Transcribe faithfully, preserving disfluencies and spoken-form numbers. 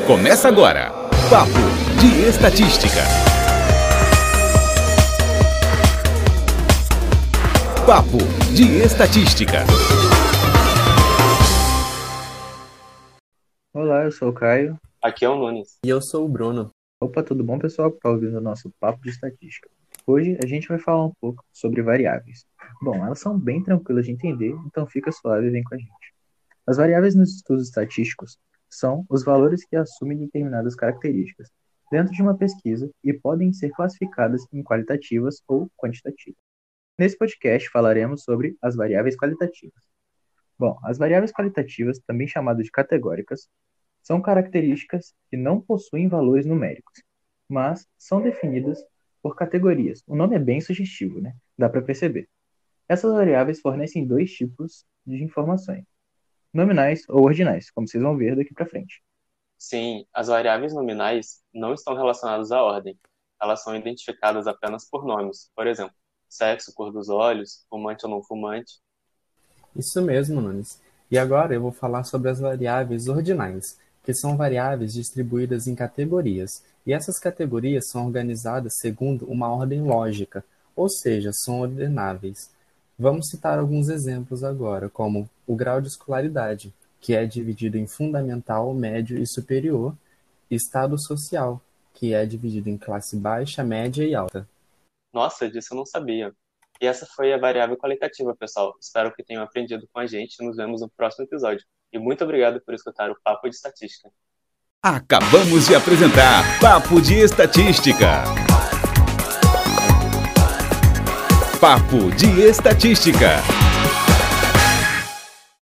Começa agora, Papo de Estatística. Papo de Estatística. Olá, eu sou o Caio. Aqui é o Nunes. E eu sou o Bruno. Opa, tudo bom, pessoal? Que está ouvindo o nosso Papo de Estatística. Hoje a gente vai falar um pouco sobre variáveis. Bom, elas são bem tranquilas de entender, então fica suave e vem com a gente. As variáveis nos estudos estatísticos são os valores que assumem determinadas características dentro de uma pesquisa e podem ser classificadas em qualitativas ou quantitativas. Nesse podcast falaremos sobre as variáveis qualitativas. Bom, as variáveis qualitativas, também chamadas de categóricas, são características que não possuem valores numéricos, mas são definidas por categorias. O nome é bem sugestivo, né? Dá para perceber. Essas variáveis fornecem dois tipos de informações: nominais ou ordinais, como vocês vão ver daqui para frente. Sim, as variáveis nominais não estão relacionadas à ordem. Elas são identificadas apenas por nomes. Por exemplo, sexo, cor dos olhos, fumante ou não fumante. Isso mesmo, Nunes. E agora eu vou falar sobre as variáveis ordinais, que são variáveis distribuídas em categorias. E essas categorias são organizadas segundo uma ordem lógica, ou seja, são ordenáveis. Vamos citar alguns exemplos agora, como o grau de escolaridade, que é dividido em fundamental, médio e superior, e estado social, que é dividido em classe baixa, média e alta. Nossa, disso eu não sabia. E essa foi a variável qualitativa, pessoal. Espero que tenham aprendido com a gente e nos vemos no próximo episódio. E muito obrigado por escutar o Papo de Estatística. Acabamos de apresentar Papo de Estatística. Papo de Estatística.